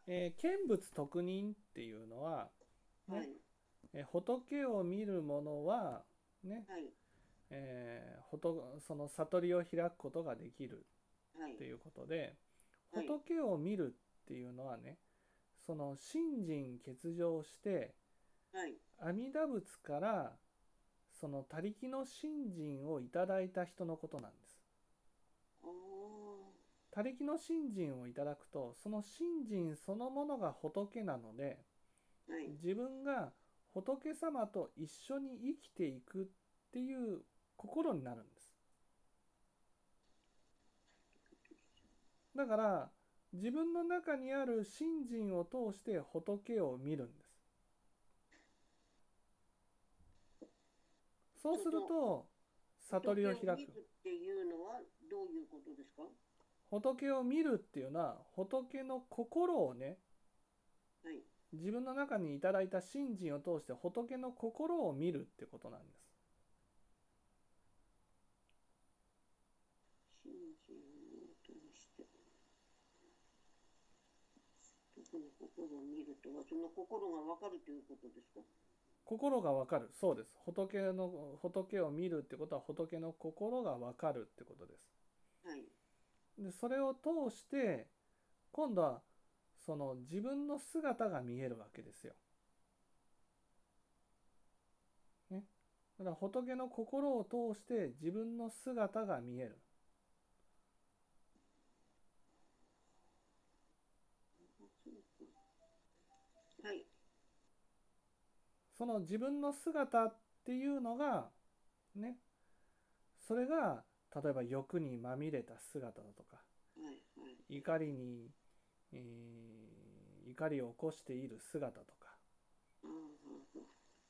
見物特認っていうのはね、 はい。 仏を見る者はね、 はい。 その悟りを開くことができるはい。 っていうことで、 はい。 仏を見るっていうのはね、その信心欠如してはい。 阿弥陀仏からその他力の信心をいただいた人のことなんです。 おー。 他力の信心をいただくと、その信心そのものが仏なので、 はい。 自分が仏様と一緒に生きていくっていう心になるんです。だから自分の中にある信心を通して仏を見るんです。そうするその、 と悟り仏をを開く。 見るっていうのはどういうことですか？ 仏を見るっていうのは仏の心をね、 はい。 自分の中にいただいた信心を通して仏の心を見るってことなんです。 信心を通して、特に心を見るとは、その心がわかるということですか？ 心がわかる。そうです。仏を見るってことは仏の心がわかるってことです。 はい。 で、それを通して今度はその自分の姿が見えるわけですよ。ね。だから仏の心を通して自分の姿が見える。 はい。 その自分の姿っていうのがね、それが例えば欲にまみれた姿だとか、 はい。はい。 怒りに、怒りを起こしている姿とか、 ああ、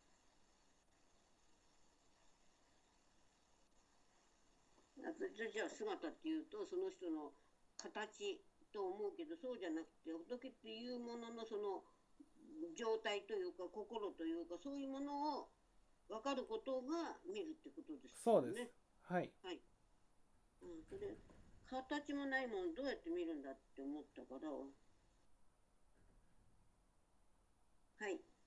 じゃあ姿っていうとその人の形と思うけど、そうじゃなくて仏っていうもののその状態というか心というか、そういうものを分かることが見るってことですそうです。 よね。 はい。 はい。うん、それ形もないものどうやって見るんだって思ったから、はい。